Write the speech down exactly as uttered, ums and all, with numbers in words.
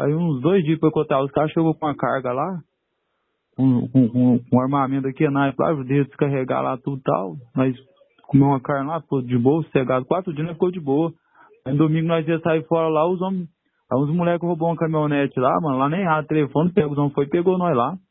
aí uns dois dias depois que eu tava, os caras chegou com uma carga lá, com, com, com, com um armamento aqui, na lá, deixa descarregar lá tudo e tal. Nós comeu uma carne lá, ficou de boa, sossegado. Quatro dias nós ficou de boa. Aí no domingo nós ia sair fora lá, os homens. Aí uns moleques roubou uma caminhonete lá, mano, lá nem errado, telefone, pegou, os homens foi e pegou nós lá.